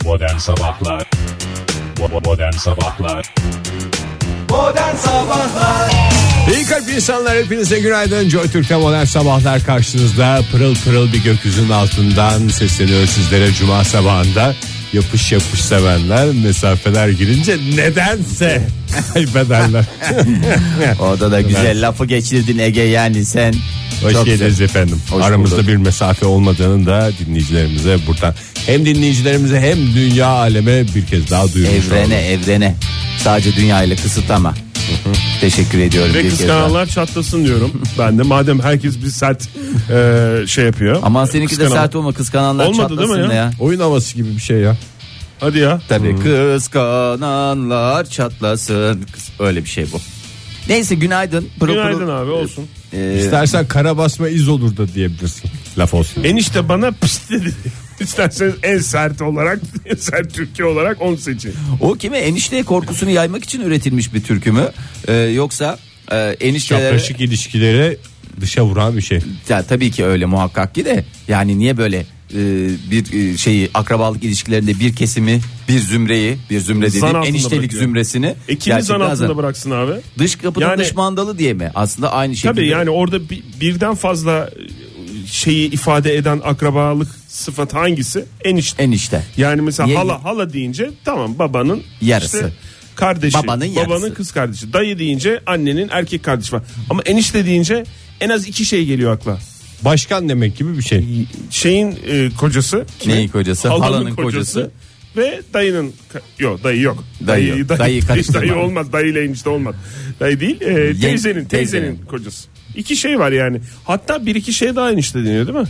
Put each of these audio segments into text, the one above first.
Modern Sabahlar. Modern Sabahlar. Modern Sabahlar. İyi kalp insanlar, hepinize günaydın. Joy Türk'te Modern Sabahlar karşınızda. Pırıl pırıl bir gökyüzünün altından sesleniyor sizlere cuma sabahında. Yapış yapış sevenler mesafeler girince nedense kaybederler. Orada da güzel lafı geçirdin Ege, yani sen. Hoş geldiniz efendim. Hoş Aramızda bulduk. bir mesafe olmadığını da dinleyicilerimize buradan, hem dinleyicilerimize hem dünya aleme bir kez daha duyurmuş olalım. Evrene. Sadece dünya ile kısıtlama. Teşekkür ediyorum Ve bir kez daha. kıskananlar çatlasın diyorum. Ben de madem herkes bir sert şey yapıyor. Aman seninki de Kıskanan- sert olma, kıskananlar Olmadı çatlasın değil mi ya? ya. Oyun havası gibi bir şey ya. Hadi ya. Tabii kıskananlar çatlasın. Öyle bir şey bu. Neyse, günaydın. Pırıl Günaydın pırıl. abi, olsun. İstersen kara basma iz olur da diyebilirsin. Laf olsun. Enişte bana pişt dedi. İsterseniz en sert olarak, en sert Türkiye olarak onu seçin. O kime, enişteye korkusunu yaymak için üretilmiş bir türkü mü? Yoksa eniştelere... Çapraşık ilişkileri dışa vuran bir şey. Ya, tabii ki öyle muhakkak ki de. Yani niye böyle bir şeyi, akrabalık ilişkilerinde bir kesimi, bir zümre dediğim Zan altında eniştelik bırakıyor. zümresini Kimi zan gerçekten altında bıraksın abi? dış kapının Yani- dış mandalı diye mi? Aslında aynı şekilde. Tabii yani orada birden fazla şeyi ifade eden akrabalık sıfat hangisi? Enişte. Enişte. Yani mesela Niye- hala deyince tamam, babanın Yarısı. işte kardeşi, Babanın yarısı. babanın kız kardeşi. Dayı deyince annenin erkek kardeşi var. Ama enişte deyince en az iki şey geliyor akla. Başkan demek gibi bir şey. Şeyin kocası. Neyin kocası? Halanın kocası. Ve dayının dayı yok. Dayı karıştırma. Dayı olmaz. Dayıyla enişte olmaz. Dayı değil. Teyzenin kocası. İki şey var yani. Hatta bir iki şey daha enişte deniyor değil mi?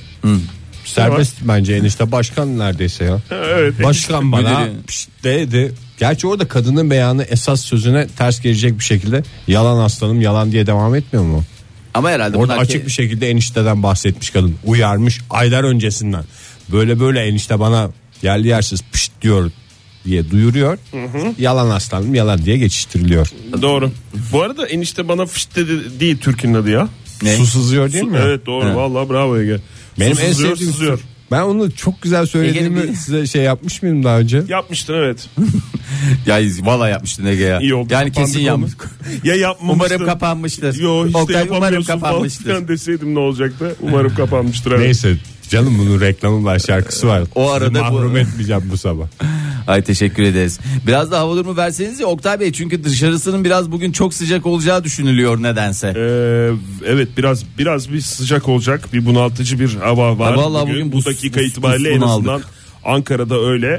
Serbest bence enişte, başkan neredeyse ya. Evet. Başkan bana Müdürü. pişt dedi. Gerçi orada kadının beyanı esas sözüne ters gelecek bir şekilde yalan aslanım yalan diye devam etmiyor mu? Ama herhalde Orada bunlar açık bir şekilde enişteden bahsetmiş kadın. Uyarmış aylar öncesinden. Böyle enişte bana yerli yersiz pişt diyor diye duyuruyor. Yalan aslanım yalan diye geçiştiriliyor. Doğru. Bu arada enişte bana fışt dedi değil türkünün adı ya. Ne? Su sızıyor değil mi? Evet doğru. Evet. Vallahi bravo Ege. Benim Su en sızıyor, sevdiğim sızıyor. Ben onu çok güzel söylediğimi Ege'nin bir- size şey yapmış mıydım daha önce? Yapmıştın evet. Ya valla yapmıştın Ege ya. İyi oldu. Yani Kapandık kesin onu. yapmış. Ya yapmamıştın. Umarım kapanmıştır. Yo hiç de Oktay, umarım yapamıyorsun kapanmıştır. falan deseydim ne olacaktı? Umarım kapanmıştır. Evet. Neyse canım, bunun reklamı var, şarkısı var. O Sizi arada mahrum bu- etmeyeceğim bu sabah. Ay, teşekkür ederiz. Biraz da hava durumu verseniz ya Oktay Bey, çünkü dışarısının biraz bugün çok sıcak olacağı düşünülüyor nedense. Evet biraz bir sıcak olacak, bir bunaltıcı bir hava var. Vallahi bugün bu dakika buz itibariyle en bunaldık. azından Ankara'da öyle.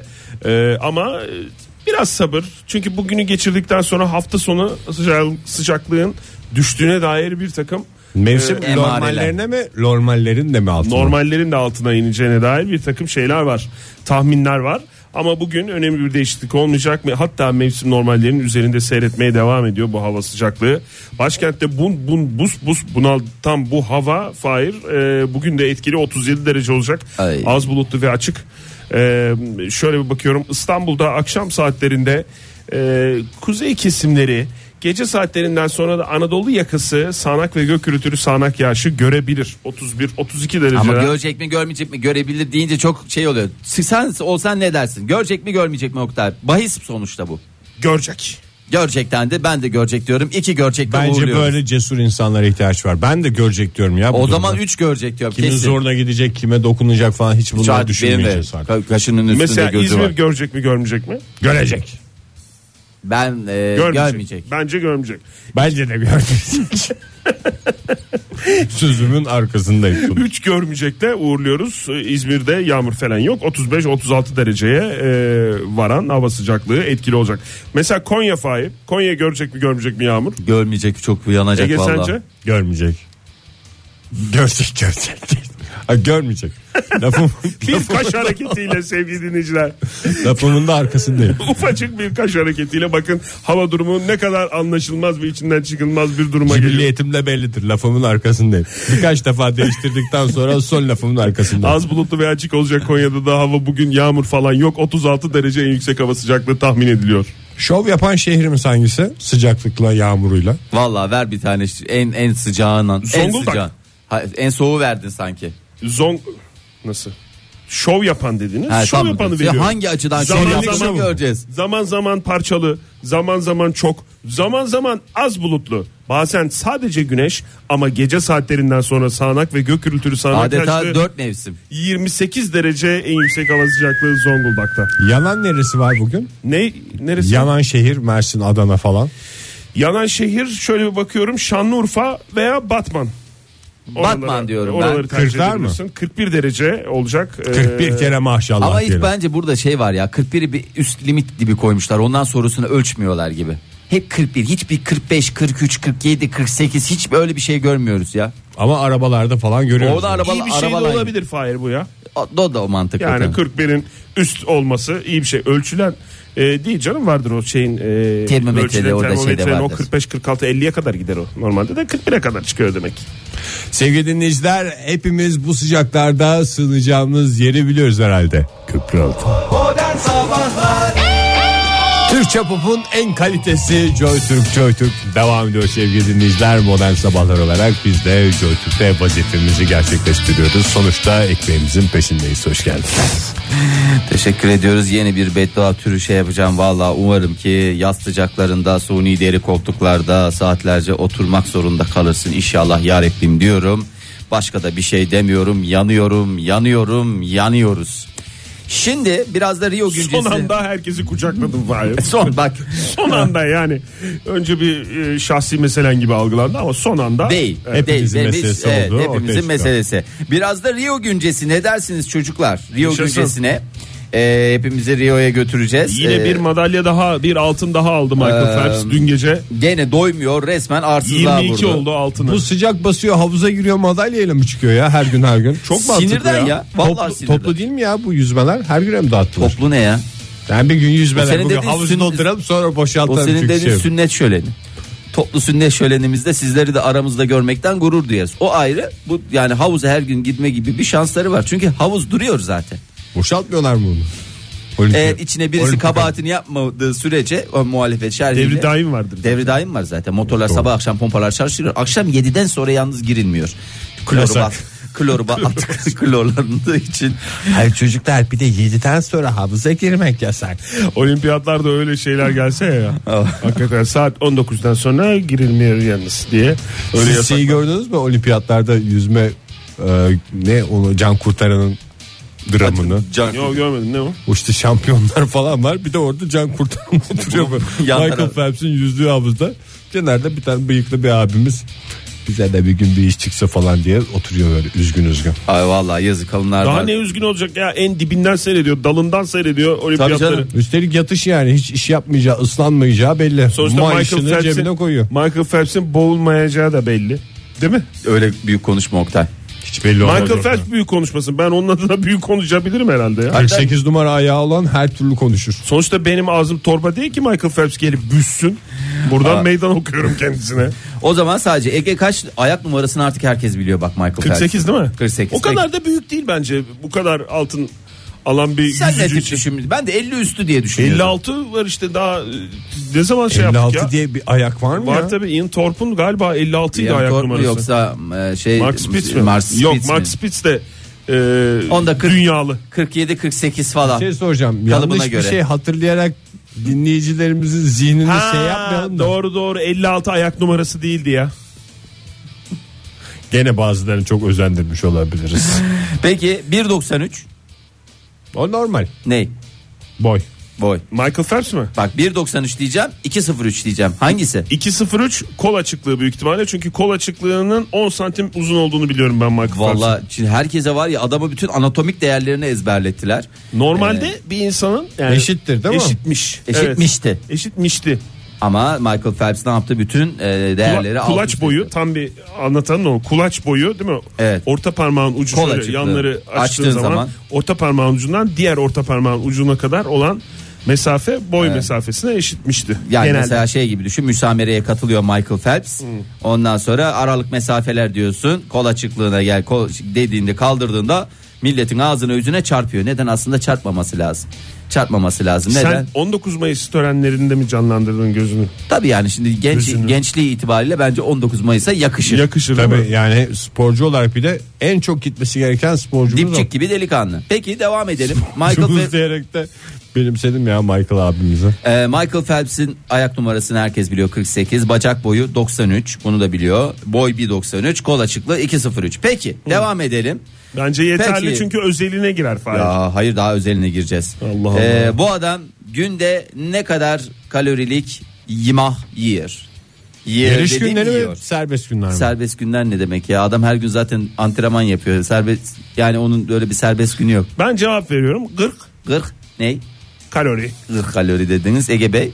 Ama biraz sabır. Çünkü bugünü geçirdikten sonra hafta sonu sıcaklığın düştüğüne dair bir takım Mevsim emareler. normallerine mi, normallerin de mi altına? normallerin de altına ineceğine dair bir takım şeyler var. Tahminler var. Ama bugün önemli bir değişiklik olmayacak mı? Hatta mevsim normallerinin üzerinde seyretmeye devam ediyor bu hava sıcaklığı. Başkentte buz bunaltan bu hava Fahir bugün de etkili, 37 derece olacak. Ay. Az bulutlu ve açık. Şöyle bir bakıyorum, İstanbul'da akşam saatlerinde kuzey kesimleri, gece saatlerinden sonra da Anadolu yakası sağanak ve gök gürültülü sağanak yağışı görebilir. 31-32 derece. Ama görecek mi görmeyecek mi, görebilir deyince çok şey oluyor. Sen olsan ne dersin? Görecek mi görmeyecek mi Oktay? Bahis sonuçta bu. Görecek. Görecekten de ben de görecek diyorum. 2 görecekten Bence uğurluyoruz. böyle cesur insanlara ihtiyaç var. Ben de görecek diyorum ya. bu O zaman durumda. 3 görecek diyorum. Kimin kesin. zoruna gidecek, kime dokunacak falan, hiç bunları Benim de düşünmeyeceğiz artık. kaşının üstünde Mesela gözü İzmir var. görecek mi görmeyecek mi? Görecek. Ben görmeyecek. Bence görmeyecek. Bence de görecek. Sözümün arkasındayım. 3 görmeyecekle uğurluyoruz. İzmir'de yağmur falan yok. 35-36 dereceye varan hava sıcaklığı etkili olacak. Mesela Konya Fahir. Konya görecek mi görmeyecek mi yağmur? Görmeyecek, çok yanacak Ege vallahi. sence? Görmeyecek. Görecek değil. Ha, görmeyecek. Bir kaş hareketiyle sevgili dinleyiciler. Lafımın da arkasındayım. Ufacık bir kaş hareketiyle bakın hava durumu ne kadar anlaşılmaz ve içinden çıkılmaz bir duruma geliyor. Cibilliyetim de bellidir. Lafımın arkasındayım. Birkaç defa değiştirdikten sonra son lafımın arkasındayım. Az bulutlu ve açık olacak Konya'da da hava bugün, yağmur falan yok. 36 derece en yüksek hava sıcaklığı tahmin ediliyor. Şov yapan şehrimiz hangisi? Sıcaklıkla, yağmuruyla. Vallahi ver bir tane en sıcağından. En Zonguldak. sıcağı. En soğuğu verdin sanki. Nasıl? şov yapan dediniz. Ha, şov tamam. yapanı veriyor. Hangi açıdan şov göreceğiz? Zaman zaman parçalı, zaman zaman çok, zaman zaman az bulutlu. Bazen sadece güneş ama gece saatlerinden sonra sağanak ve gök gürültülü sağanak Adeta yağışlı 4 mevsim. 28 derece en yüksek hava sıcaklığı Zonguldak'ta. Yanan neresi var bugün? Neresi? Yanan şehir, Mersin, Adana falan. Yanan şehir, şöyle bir bakıyorum, Şanlıurfa veya Batman. Batman diyorum ben. Oraları tercih 40'lar mı? edebilirsin. 41 derece olacak. 41 kere maşallah. Ama ilk diyelim. bence burada şey var ya, 41'i bir üst limit gibi koymuşlar. Ondan sonrasını ölçmüyorlar gibi. Hep 41, hiçbir 45, 43, 47, 48 hiç böyle bir şey görmüyoruz ya. Ama arabalarda falan görüyoruz. Orada İyi bir şey de olabilir Fahir bu ya. O da o mantık. Yani zaten. 41'in üst olması iyi bir şey. Ölçülen değil canım, vardır o şeyin Termometrede, orada şeyde termometrenin o vardır. 45 46 50'ye kadar gider o. Normalde de 41'e kadar çıkıyor demek. Sevgili dinleyiciler, hepimiz bu sıcaklarda sığınacağımız yeri biliyoruz herhalde. Köprü altı. Modern Sabahlar. Türkçe pop'un en kalitesi Joy Türk devam ediyor sevgili dinleyiciler. Modern Sabahlar olarak biz de Joy Türk'te vazifemizi gerçekleştiriyoruz. Sonuçta ekmeğimizin peşindeyiz. Hoş geldiniz. Teşekkür ediyoruz. Yeni bir beddua türü şey yapacağım. Valla umarım ki yaz sıcaklarında suni deri koltuklarda saatlerce oturmak zorunda kalırsın. İnşallah ya Rabbim diyorum. Başka da bir şey demiyorum. Yanıyoruz. Şimdi biraz da Rio güncesi. Son anda herkesi kucakladım Fahir. Son anda yani. Önce bir şahsi meselen gibi algılandı ama son anda. Değil. Hepimizin meselesi oldu, ortaya Hepimizin çıktı. meselesi. Biraz da Rio güncesi, ne dersiniz çocuklar? Rio Yaşasın. güncesine hepimizi Rio'ya götüreceğiz. Yine bir madalya daha, bir altın daha aldı Michael Phelps dün gece. Gene doymuyor, resmen arsızlığa 22 vurdu. oldu altını. Bu sıcak basıyor, havuza giriyor, madalyayla mı çıkıyor ya her gün? Çok mantıklı Sinirden ya. Vallahi sinirden. Toplu değil mi ya bu yüzmeler? Her güne mi dağıttılar? Toplu ne ya? Yani bir gün O yüzmeler, senin bugün dediğin havuzu dolduralım sonra O boşaltalım. senin çünkü dediğin sünnet şöleni. Toplu sünnet şölenimizde sizleri de aramızda görmekten gurur duyarız. O ayrı. Bu yani havuza her gün gitme gibi bir şansları var. Çünkü havuz duruyor zaten. Boşaltmıyorlar mı bunu? Eğer içine birisi kabahatini yapmadığı sürece o muhalefet şerhiyle. Devri daim vardır. Devri daim var zaten. Motorlar sabah akşam pompalar çalışıyor. Akşam 7'den sonra yalnız girilmiyor. Kloru klorlandığı için. Hayır çocuklar, bir de 7'den sonra havuza girmek yasak. Olimpiyatlarda öyle şeyler gelse ya. Hakikaten saat 19'dan sonra girilmiyor yalnız diye. Öyle Siz yasak. şeyi gördünüz mü olimpiyatlarda yüzme ne onu Can Kurtaran'ın dramını? Yok görmedim, ne o? O işte şampiyonlar falan var. Bir de orada Can Kurtaran oturuyor. Yan Michael taraf. Phelps'in yüzdüğü havuzda. Kenarda bir tane bıyıklı bir abimiz, bize de bir gün bir iş çıksa falan diye oturuyor böyle üzgün. Ay vallahi yazık, kalınlar Daha var. ne üzgün olacak ya, en dibinden seyrediyor, dalından seyrediyor olimpiyatları. canım. Üstelik yatış yani, hiç iş yapmayacağı, ıslanmayacağı belli. Sonuçta Maaşını cebine koyuyor. Michael Phelps'in boğulmayacağı da belli. Değil mi? Öyle büyük konuşma Oktay. Hiç belli olmaz. Michael Phelps büyük konuşmasın. Ben onun adına büyük konuşabilirim herhalde ya. 48 numara ayağı olan her türlü konuşur. Sonuçta benim ağzım torba değil ki Michael Phelps gelip büssün. Buradan meydan okuyorum kendisine. O zaman sadece Ege kaç ayak numarasını artık herkes biliyor bak Michael 48 Phelps. değil mi? 48. O kadar da büyük değil bence. Bu kadar altın alan bir Sen ne yüzücü tip için. düşünmüşsün? Ben de 50 üstü diye düşünüyorum. 56 var işte, daha ne zaman şey 56 yaptık ya? diye bir ayak var mı Var ya? tabii, Ian Thorpe'un galiba 56 idi Ian ayak Thorpe mu numarası. yoksa Mark Spitz mi? Mark Spitz Yok, mi? Mark Spitz de Onda 40, dünyalı. 47-48 falan. Şey soracağım. Kalıbına Yanlış göre. bir şey hatırlayarak dinleyicilerimizin zihnini şey yapmayalım da. Doğru 56 ayak numarası değildi ya. Gene bazılarını çok özendirmiş olabiliriz. Peki 1.93 O normal. ne? Boy. Boy. Michael Phelps mi? Bak 1.93 diyeceğim, 2.03 diyeceğim. Hangisi? 2.03 kol açıklığı büyük ihtimalle. Çünkü kol açıklığının 10 santim uzun olduğunu biliyorum ben Michael Phelps'in. Vallahi şimdi herkese var ya, adamı bütün anatomik değerlerini ezberlettiler. Normalde bir insanın yani Eşittir değil mi? Eşitmişti. Evet, eşitmişti. Ama Michael Phelps ne yaptı? Bütün değerleri alt Kulaç üst boyu etti. tam bir anlatanın o kulaç boyu değil mi? Evet. Orta parmağın ucu Kol şöyle açıklığı. yanları açtığın Açtığın zaman, zaman orta parmağın ucundan diğer orta parmağın ucuna kadar olan mesafe boy mesafesine eşitmişti. Yani genelde. mesela şey gibi düşün, müsamereye katılıyor Michael Phelps. Ondan sonra aralık mesafeler diyorsun, kol açıklığına gel dediğinde, kaldırdığında milletin ağzına yüzüne çarpıyor. Neden? Aslında çarpmaması lazım. Neden? Sen 19 Mayıs törenlerinde mi canlandırdın gözünü? Tabii yani şimdi gençliği itibariyle bence 19 Mayıs'a yakışır. Yakışır değil mi? Tabii yani sporcu olarak bir de en çok gitmesi gereken sporcumuz Dipçik gibi delikanlı. Peki devam edelim. Michael Phelps diyerek de benimsedim ya Michael abimizi. Michael Phelps'in ayak numarasını herkes biliyor, 48. Bacak boyu 93, bunu da biliyor. Boy 1.93, kol açıklığı 2.03. Peki devam edelim. Bence yeterli Peki. çünkü özeline girer Fahir. Ya hayır, daha özeline gireceğiz. Allah Allah. Bu adam günde ne kadar kalorilik yemek yer? Yarış dediğim günleri yiyor. mi serbest günler mi? Serbest günler ne demek ya? Adam her gün zaten antrenman yapıyor. Serbest, yani onun böyle bir serbest günü yok. Ben cevap veriyorum. 40 ne? kalori. 40 kalori dediniz Ege Bey.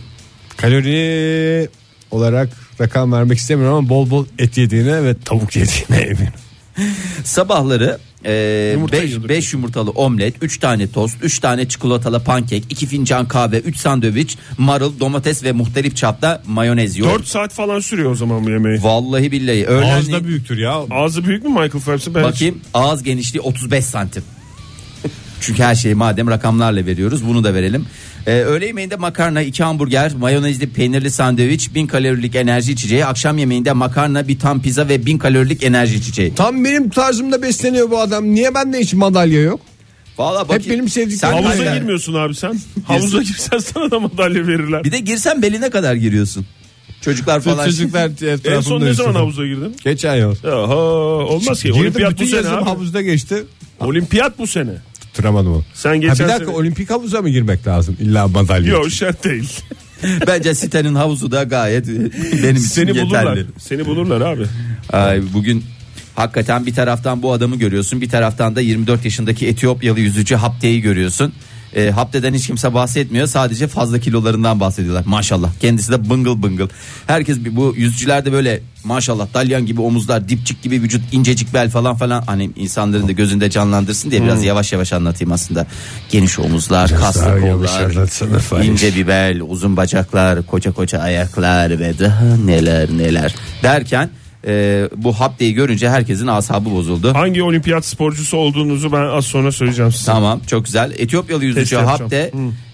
Kalori olarak rakam vermek istemiyorum ama bol bol et yediğine ve tavuk yediğine eminim. Sabahları Yumurta yiyorduk. 5 yumurtalı omlet, 3 tane tost, 3 tane çikolatalı pankek, 2 fincan kahve, 3 sandviç, marul, domates ve muhtelif çapta mayonez yiyor. 4 saat falan sürüyor o zaman bu yemeği. Vallahi billahi. Ağız da büyüktür ya. Ağzı büyük mü Michael Phelps'in? Ben Bakayım, ağız genişliği 35 santim. Çünkü her şeyi madem rakamlarla veriyoruz, bunu da verelim. Öğle yemeğinde makarna, 2 hamburger, mayonezli peynirli sandviç, 1000 kalorilik enerji içeceği. Akşam yemeğinde makarna, bir tam pizza ve 1000 kalorilik enerji içeceği. Tam benim tarzımda besleniyor bu adam. Niye bende hiç madalya yok? Vallahi bakayım. Hep benim sevdiklerim. Sen Havuza aynen. girmiyorsun abi sen. Havuza girsen sana da madalya verirler. Bir de girsen beline kadar giriyorsun. Çocuklar falan. Çocuklar En son ne zaman havuza girdin? Geçen yıl. Aha, olmaz ki. Girdim, Olimpiyat bu bütün sene yazım abi. havuzda geçti. Olimpiyat bu sene. Tutturamadım onu. Sen geçen bir dakika sene... olimpik havuza mı girmek lazım? İlla madalya. Yok şart değil. Bence sitenin havuzu da gayet benim için Seni bulurlar. yeterli. Seni bulurlar abi. Ay, bugün hakikaten bir taraftan bu adamı görüyorsun, bir taraftan da 24 yaşındaki Etiyopyalı yüzücü Hapte'yi görüyorsun. Hapte'den hiç kimse bahsetmiyor, sadece fazla kilolarından bahsediyorlar. Maşallah, kendisi de bıngıl bıngıl. Herkes bu yüzücülerde böyle maşallah dalyan gibi omuzlar, dipçik gibi vücut, incecik bel falan falan, hani insanların da gözünde canlandırsın diye biraz yavaş yavaş anlatayım aslında. Geniş omuzlar, kaslı kollar, ince bir bel, uzun bacaklar, koca koca ayaklar ve daha neler neler derken bu Hapte'yi görünce herkesin asabı bozuldu. Hangi olimpiyat sporcusu olduğunuzu ben az sonra söyleyeceğim size. Tamam, çok güzel. Etiyopyalı yüzücü Hapte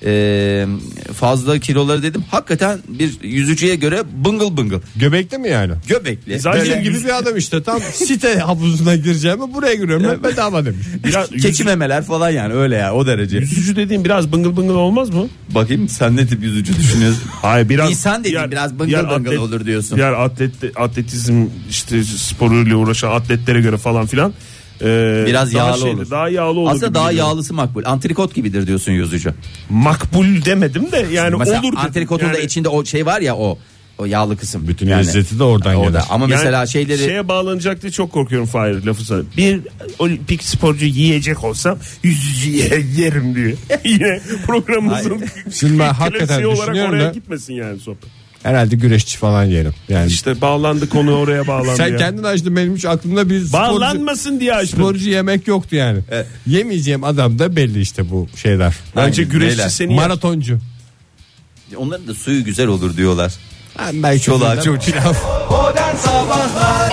fazla kiloları dedim. Hakikaten bir yüzücüye göre bıngıl bıngıl. Göbekli mi yani? Göbekli. Zaten Benim gibi bir adam işte, tam site havuzuna gireceğimi buraya giriyorum. Bedava demiş. Biraz Keçi memeler falan, yani öyle ya, o derece. yüzücü dediğim biraz bıngıl bıngıl olmaz mı? Bakayım sen ne tip yüzücü düşünüyorsun? Hayır, biraz İnsan dediğin biraz bıngıl bıngıl olur diyorsun. Diğer atletizm işte sporuyla uğraşan atletlere göre falan filan. Biraz daha yağlı olur. Daha yağlı olur. Aslında daha yağlısı makbul. Antrikot gibidir diyorsun yüzücü. Makbul demedim de yani Mesela olur. antrikotun yani, da içinde o şey var ya, o yağlı kısım. Bütün lezzeti de oradan gelir. Ama yani mesela şeyleri şeye bağlanacak diye çok korkuyorum Fahir, lafı sana. Bir olimpik sporcu yiyecek olsam yüzücüye yerim diyor. Yine programımızın Şimdi ben hakikaten klasiği olarak düşünüyorum oraya da gitmesin yani sohbet. herhalde güreşçi falan yerim. Yani İşte bağlandı, konu oraya bağlandı. sen ya. kendin açtın, benim hiç aklımda bir Bağlanmasın diye açtım. sporcu yemek yoktu yani. Yemeyeceğim adam da belli işte bu şeyler. Bence Hangi- güreşçi neler? seni yer. Maratoncu. onların da suyu güzel olur diyorlar. Belki Çolak, çok Modern Sabahlar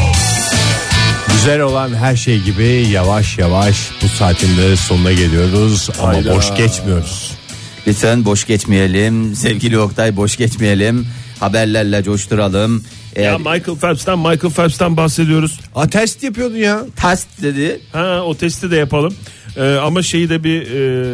güzel olan her şey gibi yavaş yavaş bu saatin de sonuna geliyoruz ama Hayda. boş geçmiyoruz. Lütfen boş geçmeyelim. Sevgili Oktay, boş geçmeyelim. Haberlerle coşturalım. Ya Michael Phelps'ten bahsediyoruz. Test yapıyordun ya. Test dedi. Ha, o testi de yapalım. Ama şeyi de bir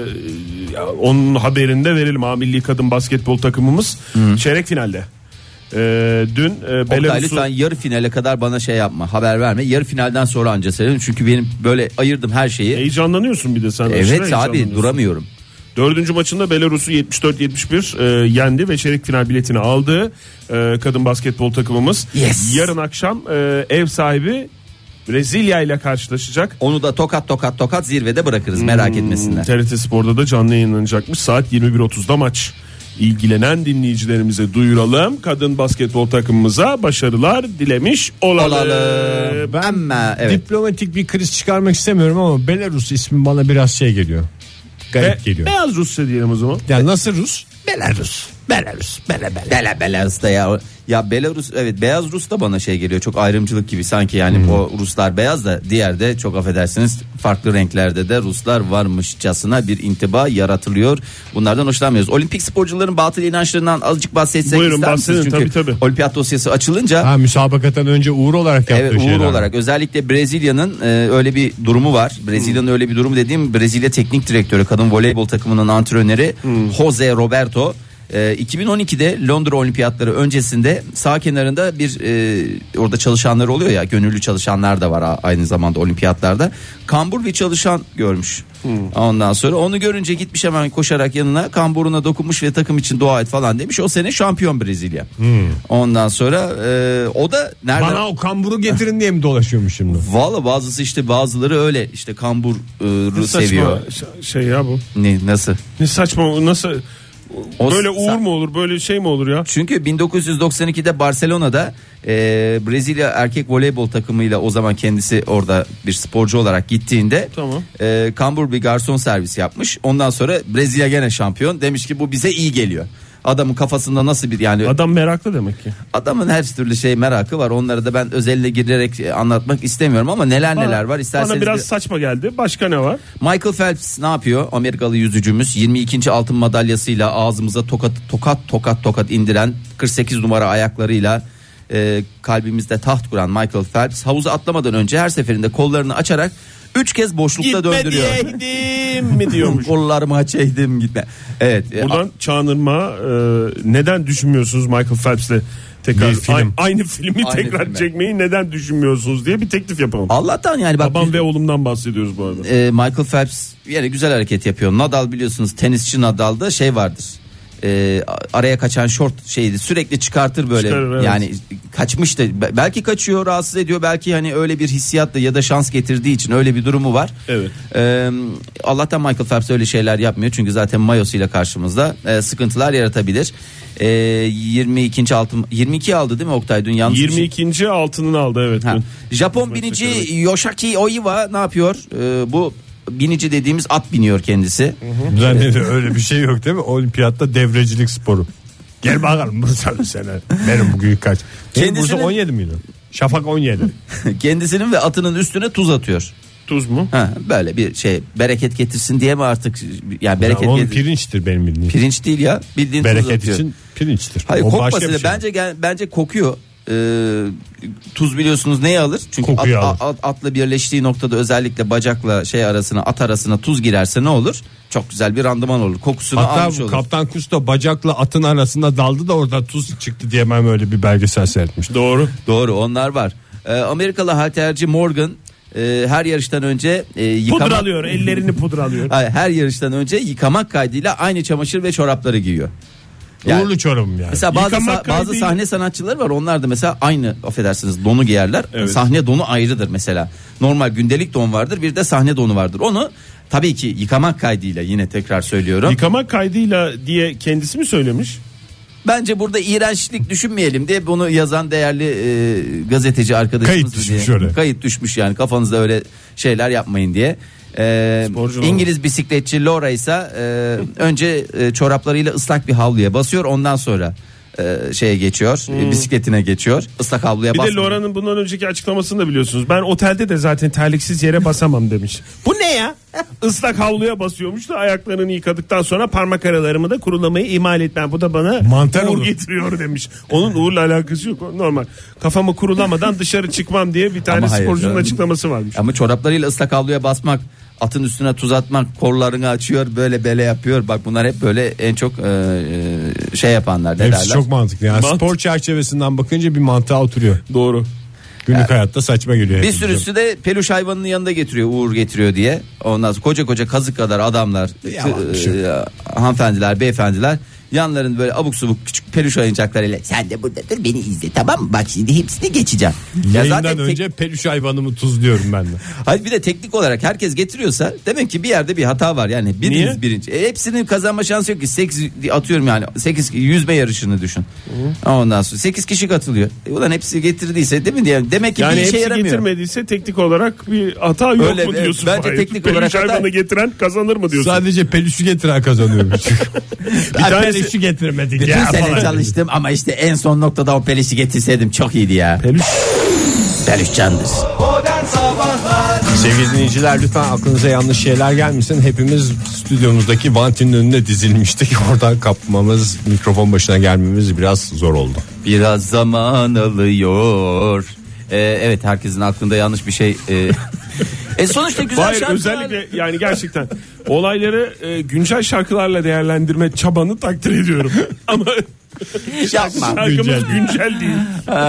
onun haberinde verelim. Milli kadın basketbol takımımız çeyrek finalde. Dün Oktay Belarus'u lütfen yarı finale kadar bana şey yapma, haber verme. Yarı finalden sonra anca söylerim. Çünkü benim böyle ayırdım her şeyi. heyecanlanıyorsun bir de sen. aşırı Evet abi, heyecanlanıyorsun. duramıyorum. 4. maçında Belarus'u 74-71 yendi ve çeyrek final biletini aldı kadın basketbol takımımız. Yes. Yarın akşam ev sahibi Brezilya ile karşılaşacak. Onu da tokat zirvede bırakırız, merak etmesinler. TRT Spor'da da canlı yayınlanacakmış. Saat 21.30'da maç. İlgilenen dinleyicilerimize duyuralım. Kadın basketbol takımımıza başarılar dilemiş olalım. Ben Ama evet. diplomatik bir kriz çıkarmak istemiyorum ama Belarus ismi bana biraz şey geliyor. Garip geliyor. Beyaz Rusya diyelim o zaman. Yani nasıl Rus? Belarus. Belarus'ta ya. Ya Belarus, evet, beyaz Rus da bana şey geliyor, çok ayrımcılık gibi sanki yani. O Ruslar beyaz da diğer de çok affedersiniz farklı renklerde de Ruslar varmışçasına bir intiba yaratılıyor. Bunlardan hoşlanmıyoruz. Olimpik sporcuların batıl inançlarından azıcık bahsetsek Buyurun, ister misiniz? bahsedin, Çünkü tabii. olimpiyat dosyası açılınca Müsabakadan önce uğur olarak yaptığı evet, şeyler. uğur olarak özellikle Brezilya'nın öyle bir durumu var. Brezilya'nın öyle bir durumu dediğim, Brezilya teknik direktörü, kadın voleybol takımının antrenörü Jose Roberto 2012'de Londra Olimpiyatları öncesinde sağ kenarında bir orada çalışanlar oluyor ya, gönüllü çalışanlar da var aynı zamanda olimpiyatlarda. Kambur bir çalışan görmüş. Ondan sonra onu görünce gitmiş hemen koşarak yanına, kamburuna dokunmuş ve takım için dua et falan demiş. O sene şampiyon Brezilya. Ondan sonra o da nereden? Bana o kamburu getirin diye mi dolaşıyormuş şimdi? Valla bazısı işte, bazıları öyle işte kamburu seviyor. Şey ya bu. Ne, nasıl? Ne saçma, nasıl O böyle uğur mu olur, böyle şey mi olur ya? Çünkü 1992'de Barcelona'da Brezilya erkek voleybol takımıyla, o zaman kendisi orada bir sporcu olarak gittiğinde Tamam. kambur bir garson servis yapmış. Ondan sonra Brezilya gene şampiyon, demiş ki bu bize iyi geliyor. Adamın kafasında nasıl bir, yani Adam meraklı demek ki. adamın her türlü şey merakı var. Onları da ben özeline girerek anlatmak istemiyorum ama neler var isterseniz. Bana biraz saçma geldi. Başka ne var? Michael Phelps ne yapıyor? Amerikalı yüzücümüz 22. altın madalyasıyla ağzımıza tokat indiren 48 numara ayaklarıyla kalbimizde taht kuran Michael Phelps havuza atlamadan önce her seferinde kollarını açarak 3 kez boşlukta döndürüyor. Gitme mi diyormuş. Kollarımı açaydım, gitme. Evet. Buradan Çağınırma, neden düşünmüyorsunuz Michael Phelps'le tekrar aynı filmi Aynı tekrar filmi çekmeyi neden düşünmüyorsunuz diye bir teklif yapalım. Allah'tan yani bak. Babam ve oğlumdan bahsediyoruz bu arada. Michael Phelps yani güzel hareket yapıyor. Nadal, biliyorsunuz tenisçi Nadal'da şey vardır. Araya kaçan şort şeydi, sürekli çıkartır böyle. Çıkarır, evet. Yani kaçmış da belki kaçıyor, rahatsız ediyor, belki hani öyle bir hissiyatla ya da şans getirdiği için öyle bir durumu var. Evet. Allah'tan Michael Phelps öyle şeyler yapmıyor çünkü zaten mayosuyla karşımızda sıkıntılar yaratabilir. 22 aldı değil mi Oktay dün? 22. altınını aldı, evet. Japon binici Yoshaki Oiwa ne yapıyor? Bu binici dediğimiz at biniyor kendisi. Zannediyor öyle bir şey yok değil mi? Olimpiyatta devrecilik sporu. Gel bakalım Bursa sene. Benim bugün kaç? Bursa 17 miydi? Şafak 17. Kendisinin ve atının üstüne tuz atıyor. Tuz mu? Böyle bir şey, bereket getirsin diye mi artık? Yani bereket ya pirinçtir benim bildiğim. Pirinç değil ya, bildiğin tuz atıyor. Bereket için pirinçtir. Hayır, o kokması da şey. bence kokuyor. Tuz biliyorsunuz neyi alır? Çünkü atla birleştiği noktada özellikle bacakla şey arasına, at arasına tuz girerse ne olur? Çok güzel bir randıman olur. Kokusunu almış olur. Hatta Kaptan Kusto bacakla atın arasında daldı da orada tuz çıktı diye ben öyle bir belgesel seyretmiştim. Doğru, onlar var. Amerikalı halterci Morgan her yarıştan önce pudralıyor, ellerini pudralıyor. Her yarıştan önce yıkamak kaydıyla aynı çamaşır ve çorapları giyiyor. Yani, uğurlu çorabım yani. Mesela bazı sahne sanatçıları var, onlar da mesela aynı, affedersiniz, donu giyerler. Evet. Sahne donu ayrıdır mesela. Normal gündelik don vardır, bir de sahne donu vardır. Onu tabii ki yıkamak kaydıyla, yine tekrar söylüyorum. Yıkamak kaydıyla diye kendisi mi söylemiş? Bence burada iğrençlik düşünmeyelim diye bunu yazan değerli gazeteci arkadaşımız kayıt düşmüş yani, kafanızda öyle şeyler yapmayın diye. İngiliz bisikletçi Laura ise önce çoraplarıyla ıslak bir havluya basıyor, ondan sonra şeye geçiyor, bisikletine geçiyor, ıslak havluya basıyor. Bir de Laura'nın bundan önceki açıklamasını da biliyorsunuz. Ben otelde de zaten terliksiz yere basamam demiş. Bu ne ya? Islak havluya basıyormuş da ayaklarını yıkadıktan sonra parmak aralarımı da kurulamayı ihmal etmem. Bu da bana mantar uğur olur getiriyor demiş. Onun uğurla alakası yok, normal. Kafamı kurulamadan dışarı çıkmam diye bir tane sporcunun açıklaması varmış. Ama çoraplarıyla ıslak havluya basmak, atın üstüne tuz atmak, kollarını açıyor, böyle bele yapıyor. Bak bunlar hep böyle en çok şey yapanlar. Hepsi derler? Çok mantıklı. Yani spor çerçevesinden bakınca bir mantığa oturuyor. Doğru. Günlük hayatta saçma geliyor. Bir sürüsü de peluş hayvanının yanında getiriyor, uğur getiriyor diye. Ondan sonra koca kazık kadar adamlar, hanımefendiler, beyefendiler yanlarında böyle abuk subuk küçük peluş oyuncaklarıyla, sen de burada dur beni izle, tamam mı? Bak şimdi hepsini geçeceğim. Yayından önce peluş hayvanımı tuzluyorum ben de. Hayır, bir de teknik olarak herkes getiriyorsa demek ki bir yerde bir hata var yani. Birinci. Hepsinin kazanma şansı yok ki. 8 atıyorum yani, 8 yüzme yarışını düşün. Ondan sonra 8 kişi katılıyor. Ulan hepsi getirdiyse değil mi diye. Demek ki yani bir işe yaramıyor. Yani hepsi getirmediyse teknik olarak bir hata yok öyle, mu diyorsun? Bence teknik olarak peluş hayvanı getiren kazanır mı diyorsun? Sadece peluşu getiren kazanıyormuş. Bir tane şu getirmedik bütün ya seneleri, çalıştım ama işte en son noktada o pelişi getirseydim çok iyiydi ya. Peluş candır. Modern Sabahlar. Sevgili dinleyiciler, lütfen aklınıza yanlış şeyler gelmesin. Hepimiz stüdyomuzdaki vantinin önüne dizilmiştik. Oradan kapmamız, mikrofon başına gelmemiz biraz zor oldu. Biraz zaman alıyor. Evet, herkesin aklında yanlış bir şey. Sonuçta güzel Hayır, şarkılar. özellikle yani gerçekten olayları güncel şarkılarla değerlendirme çabanı takdir ediyorum. Ama Yapma. şarkımız güncel değil.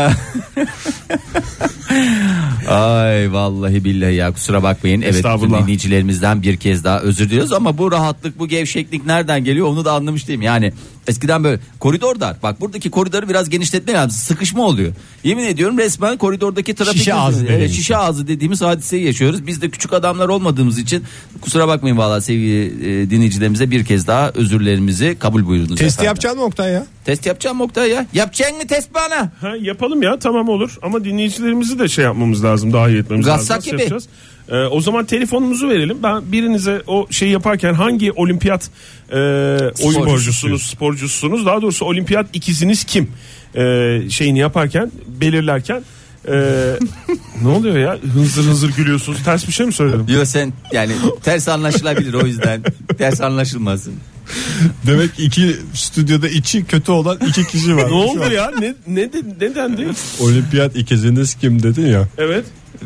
Ay vallahi billahi ya, kusura bakmayın. Evet, bütün Estağfurullah. dinleyicilerimizden bir kez daha özür diliyoruz ama bu rahatlık, bu gevşeklik nereden geliyor onu da anlamış değilim. Yani eskiden böyle koridor dar. Bak, buradaki koridoru biraz genişletme lazım. Sıkışma oluyor. Yemin ediyorum, resmen koridordaki trafik Şişe ağzı dediğimiz. şişe ağzı dediğimiz hadiseyi yaşıyoruz. Biz de küçük adamlar olmadığımız için kusura bakmayın vallahi sevgili dinleyicilerimize bir kez daha özürlerimizi kabul buyurunuz. Testi efendim. yapacaksın mı Oktay ya? Test yapacağım Oktay ya. Yapacaksın mı test bana? Ha, yapalım ya, tamam olur ama dinleyicilerimizi de şey yapmamız lazım, dahil etmemiz Gazsak lazım. Nasıl gibi. yapacağız? O zaman telefonumuzu verelim. Ben birinize o şeyi yaparken hangi olimpiyat sporcusunuz, daha doğrusu olimpiyat ikiziniz kim şeyini yaparken, belirlerken ne oluyor ya, hınzır hınzır gülüyorsunuz, ters bir şey mi söyledim? Yok, sen yani ters anlaşılabilir, o yüzden ters anlaşılmasın. Demek ki iki stüdyoda içi kötü olan iki kişi var. Ne oldu ya, ne dendi? Olimpiyat ikiziniz kim dedin ya. Evet.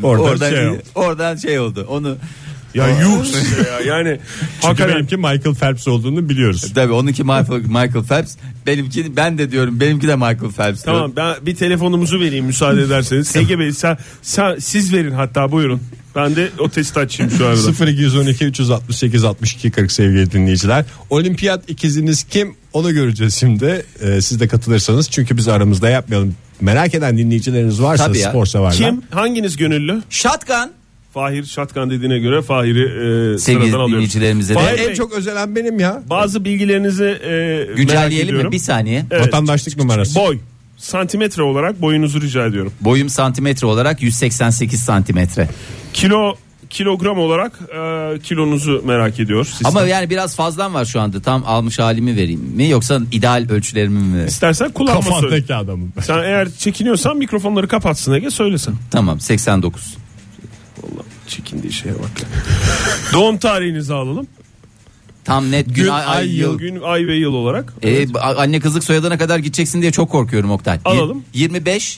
Oradan şey oldu. Onu Ya yuh size ya, yani Çünkü hakikaten benimki Michael Phelps olduğunu biliyoruz. tabii onunki Michael Phelps, benimki, ben de diyorum benimki de Michael Phelps. tamam, ben bir telefonumuzu vereyim müsaade ederseniz. Ege Bey siz verin, hatta buyurun. Ben de o testi açayım şu arada. 0212 368 62 40 sevgili dinleyiciler. Olimpiyat ikiziniz kim? Onu göreceğiz şimdi. Siz de katılırsanız, çünkü biz aramızda yapmayalım. Merak eden dinleyicileriniz varsa, Tabii ya. spor severler. Kim? Hanginiz gönüllü? Shotgun. Fahir Şatkan dediğine göre Fahir'i Sevgili sıradan alıyoruz. dinleyicilerimize Fahir de Bey, En çok özelen benim ya. bazı bilgilerinizi merak güncelleyelim ediyorum. mi? Bir saniye. Evet. Vatandaşlık numarası. Boy, santimetre olarak boyunuzu rica ediyorum. Boyum santimetre olarak 188 santimetre. Kilogram olarak kilonuzu merak ediyor. Sistem. Ama yani biraz fazlam var şu anda. Tam almış halimi vereyim mi, yoksa ideal ölçülerimi mi? İstersen kulağıma söyle. Kafandaki adamım. Sen eğer çekiniyorsan mikrofonları kapatsın Ege, söylesen. Tamam, 89. Vallahi çekindiği şeye bak. Doğum tarihinizi alalım. Tam net gün, ay, yıl. Gün, ay ve yıl olarak. Anne kızlık soyadına kadar gideceksin diye çok korkuyorum Oktay. Alalım. 25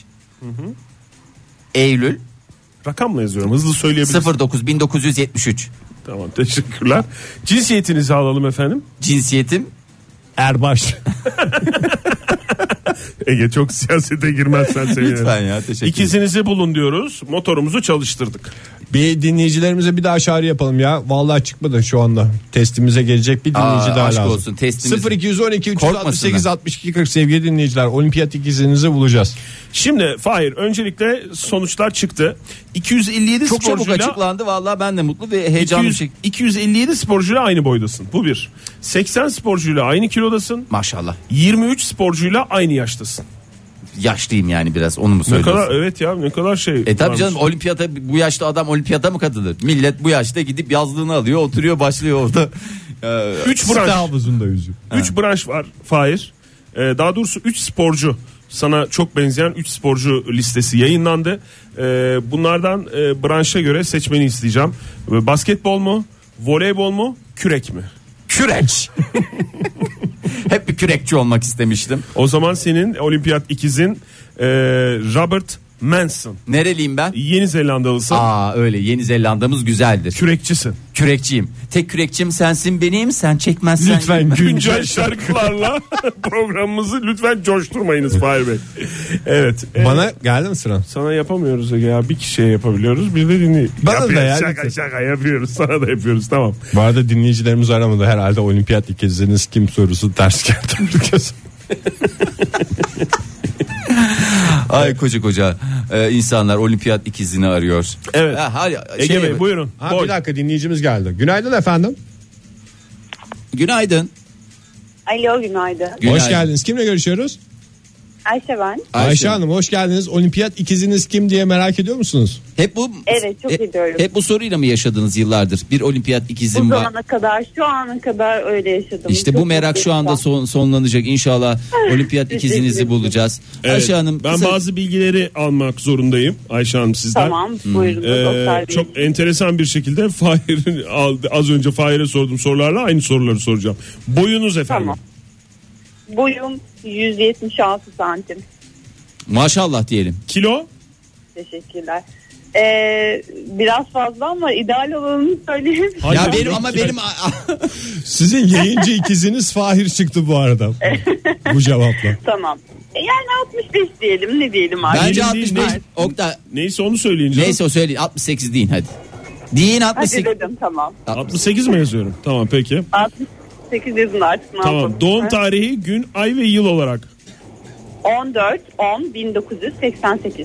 Eylül Rakamla yazıyorum, hızlı söyleyebiliriz. 09 1973. Tamam, teşekkürler. Cinsiyetinizi alalım efendim. Cinsiyetim Erbaş. Ege, çok siyasete girmezsen sevinirim. lütfen ya, teşekkür ederim. İkizinizi bulun diyoruz. Motorumuzu çalıştırdık. Bir dinleyicilerimize bir daha çağrı yapalım ya. Vallahi çıkmadı şu anda. Testimize gelecek bir dinleyici daha aşk lazım. olsun, testimiz. 0212 368 Korkmasınlar. 62 40 sevgili dinleyiciler. Olimpiyat ikizinizi bulacağız. Şimdi Fahir, öncelikle sonuçlar çıktı. 257 Çok çabuk sporcuyla açıklandı, vallahi ben de mutlu ve heyecanlı bir şey. 257 sporcuyla aynı boydasın. Bu bir. 80 sporcuyla aynı kilodasın. Maşallah. 23 sporcuyla aynı yaştasın. Yaşlıyım yani biraz, onu mu Ne söylüyorsun? kadar, evet ya, ne kadar şey. Tabii varmış. canım, olimpiyata, bu yaşta adam olimpiyata mı katılır? Millet bu yaşta gidip yazlığını alıyor, oturuyor, başlıyor orada. 3 Site branş. havuzunda yüzüyor. 3 branş var Fahir. Daha doğrusu 3 sporcu, sana çok benzeyen 3 sporcu listesi yayınlandı. Bunlardan branşa göre seçmeni isteyeceğim. Basketbol mu, voleybol mu, kürek mi? Kürek. Hep bir kürekçi olmak istemiştim. O zaman senin olimpiyat ikizin Robert Manson. Nereliyim ben? Yeni Zelandalısın. Öyle, Yeni Zelanda'mız güzeldir. Kürekçisin. Kürekçiyim. Tek kürekçim sensin benim, sen çekmezsen. Lütfen Güncel şarkılarla programımızı lütfen coşturmayınız Fahir Bey. Evet. Bana geldi mi sıra? Sana yapamıyoruz Ege ya. Bir kişiye yapabiliyoruz. Bir de dinleyin. Bana da ya, Şaka lütfen. şaka yapıyoruz. Sana da yapıyoruz. Tamam. Bu arada dinleyicilerimiz aramadı. Herhalde olimpiyat ikiziniz kim sorusu ters geldi. Ay koca insanlar olimpiyat ikizini arıyor. Evet. Ege Bey, buyurun. Ha, bir dakika, dinleyicimiz geldi. Günaydın efendim. Günaydın. Alo, günaydın. Hoş geldiniz. Kimle görüşüyoruz? Ayşe ben. Ayşe Hanım hoş geldiniz. Olimpiyat ikiziniz kim diye merak ediyor musunuz? Hep bu Evet, çok ediyorum. Hep bu soruyla mı yaşadınız yıllardır? Bir olimpiyat Bu ikizim var. zamana kadar, şu ana kadar öyle yaşadım. İşte Çok bu merak şu anda sonlanacak inşallah. Olimpiyat Teşekkür ikizinizi ederim. bulacağız. Evet, Ayşe Hanım ben bazı bilgileri almak zorundayım Ayşe Hanım sizden. Tamam, buyurun. Oktay Bey. Çok enteresan bir şekilde Fahir'in az önce Fahir'e sorduğum sorularla aynı soruları soracağım. Boyunuz efendim? Tamam. Boyum 176 santim. Maşallah diyelim. Kilo? Teşekkürler. Biraz fazla ama ideal olanını söyleyeyim. Hayır, Ya benim yok ama ki. benim Sizin yayıncı ikiziniz Fahir çıktı bu arada. Bu cevapla. Tamam. Yani 65 diyelim, ne diyelim artık. bence Benim değil, 65. ne? Oktay Neyse onu söyleyin canım. neyse o söyleyin 68 deyin hadi. Deyin Hadi 68. dedim, tamam. 68 mi yazıyorum? Tamam peki. 68 yazın artık, ne Tamam. yapalım. Doğum Ha? tarihi, gün, ay ve yıl olarak. 14-10-1988.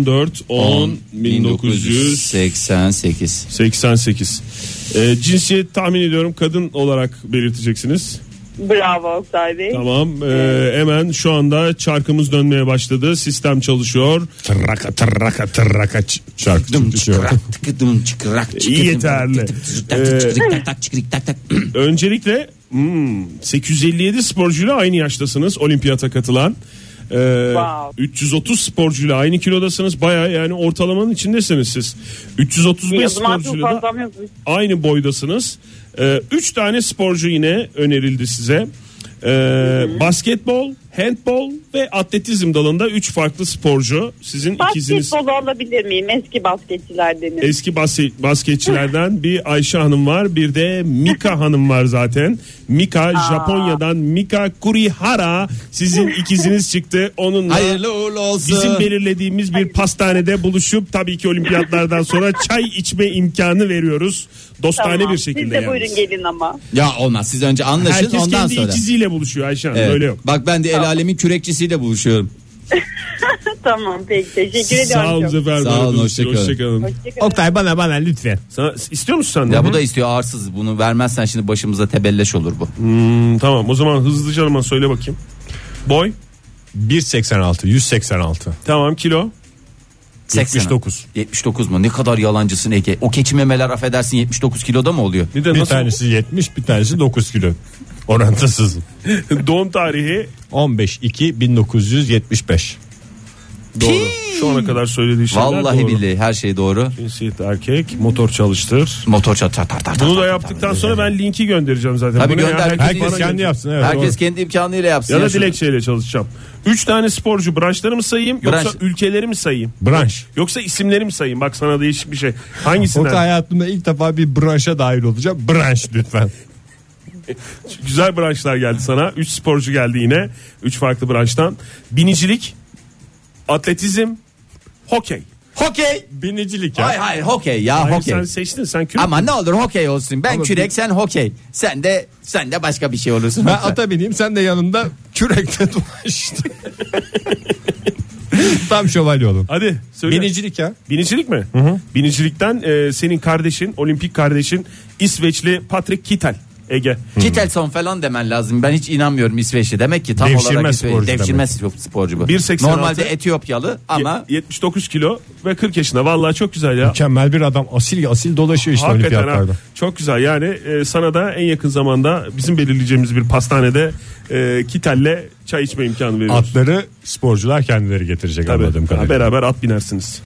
14-10-1988. 1988. Cinsiyet tahmin ediyorum kadın olarak belirteceksiniz. Bravo Oktay Bey. Tamam. Hemen şu anda çarkımız dönmeye başladı. Sistem çalışıyor. Tırraka tırraka tırraka şarkı Dım çıkıyor. çıkırak, tıkıdım çıkırak, İyi yeterli. Öncelikle 857 sporcuyla aynı yaştasınız olimpiyata katılan. Wow. 330 sporcuyla aynı kilodasınız. Baya yani ortalamanın içindesiniz siz. 335 Yazım artık sporcuyla da fazlam yazmış. aynı boydasınız. 3 tane sporcu yine önerildi size. Basketbol, handbol ve atletizm dalında 3 farklı sporcu. Sizin ikiziniz. Basketbolu alabilir miyim? Eski basketçilerdenim. Eski basketçilerden bir Ayşe Hanım var, bir de Mika Hanım var zaten. Mika Japonya'dan Mika Kurihara sizin ikiziniz çıktı. Onunla Hayırlı uğurlu olsun. bizim belirlediğimiz bir pastanede buluşup tabii ki olimpiyatlardan sonra çay içme imkanı veriyoruz. Dostane Tamam. bir şekilde Siz de yalnız. buyurun gelin ama. Ya olmaz siz önce anlaşın Herkes ondan kendi sonra. ikiziyle buluşuyor Ayşe Hanım. Evet. Öyle yok. Bak ben de el alemin kürekçisiyle buluşuyorum. Tamam, peki, teşekkür ediyorum. Sağ olun çok. Zafer. Sağ olun, Aradığınız için. hoşça kalın. Hoşça kalın. Hoşçakalın. Oktay bana lütfen. Sana, istiyor musun sen de? Ya bu da istiyor arsız. Bunu vermezsen şimdi başımıza tebelleş olur bu. Tamam o zaman hızlıca ama söyle bakayım. Boy? 1.86 186. Tamam, kilo? 79. 79 mu? Ne kadar yalancısın Ege. O keçi memeler affedersin 79 kiloda mı oluyor? Bir de Bir nasıl tanesi 70 bir tanesi 9 kilo. Orantısız. doğum tarihi? 15-2-1975. Doğru. Şu ana kadar söylediği şeyler Vallahi doğru. billahi her şey doğru. Cinsiyet erkek, motor çalıştır. Motor tar. Bunu da yaptıktan sonra ben linki göndereceğim zaten. Tabii Bu ne ya? gönder. Herkes bana kendi gönder. yapsın. Evet, Herkes doğru. kendi imkanıyla yapsın. Ya da şunu. dilekçeyle çalışacağım. 3 tane sporcu, branşları mı sayayım yoksa Branş. ülkeleri mi sayayım? Branş. Yoksa isimleri mi sayayım? Bak sana değişik bir şey. Hangisinden? Oktay hayatımda ilk defa bir branşa dahil olacağım. Branş lütfen. Güzel branşlar geldi sana. 3 sporcu geldi yine. 3 farklı branştan. Binicilik, atletizm, hokey. Hokey. Binicilik ya. Hayır hokey ya Hayır, hokey. sen seçtin, sen kürek. Ama ne olur hokey olsun. Ben Ama kürek sen hokey. Sen de başka bir şey olursun. Ben ata bineyim sen de yanında kürekte dolaş. Tam şövalye olun. Hadi söyle. Binicilik ya. Binicilik mi? Binicilikten senin kardeşin, olimpik kardeşin İsveçli Patrick Kittel. Ege. Kittelson falan demen lazım. Ben hiç inanmıyorum İsveçli. Demek ki tam Devşirme olarak sporcu devşirme sporcu bu. 1.86. Normalde Etiyopyalı ama 79 kilo ve 40 yaşında. Vallahi çok güzel ya. Mükemmel bir adam. Asil dolaşıyor işte Hakikaten ha. olimpiyatlarda. Çok güzel yani sana da en yakın zamanda bizim belirleyeceğimiz bir pastanede Kittel'le çay içme imkanı veriyoruz. Atları sporcular kendileri getirecek Tabii, anladığım kadarıyla. beraber at binersiniz.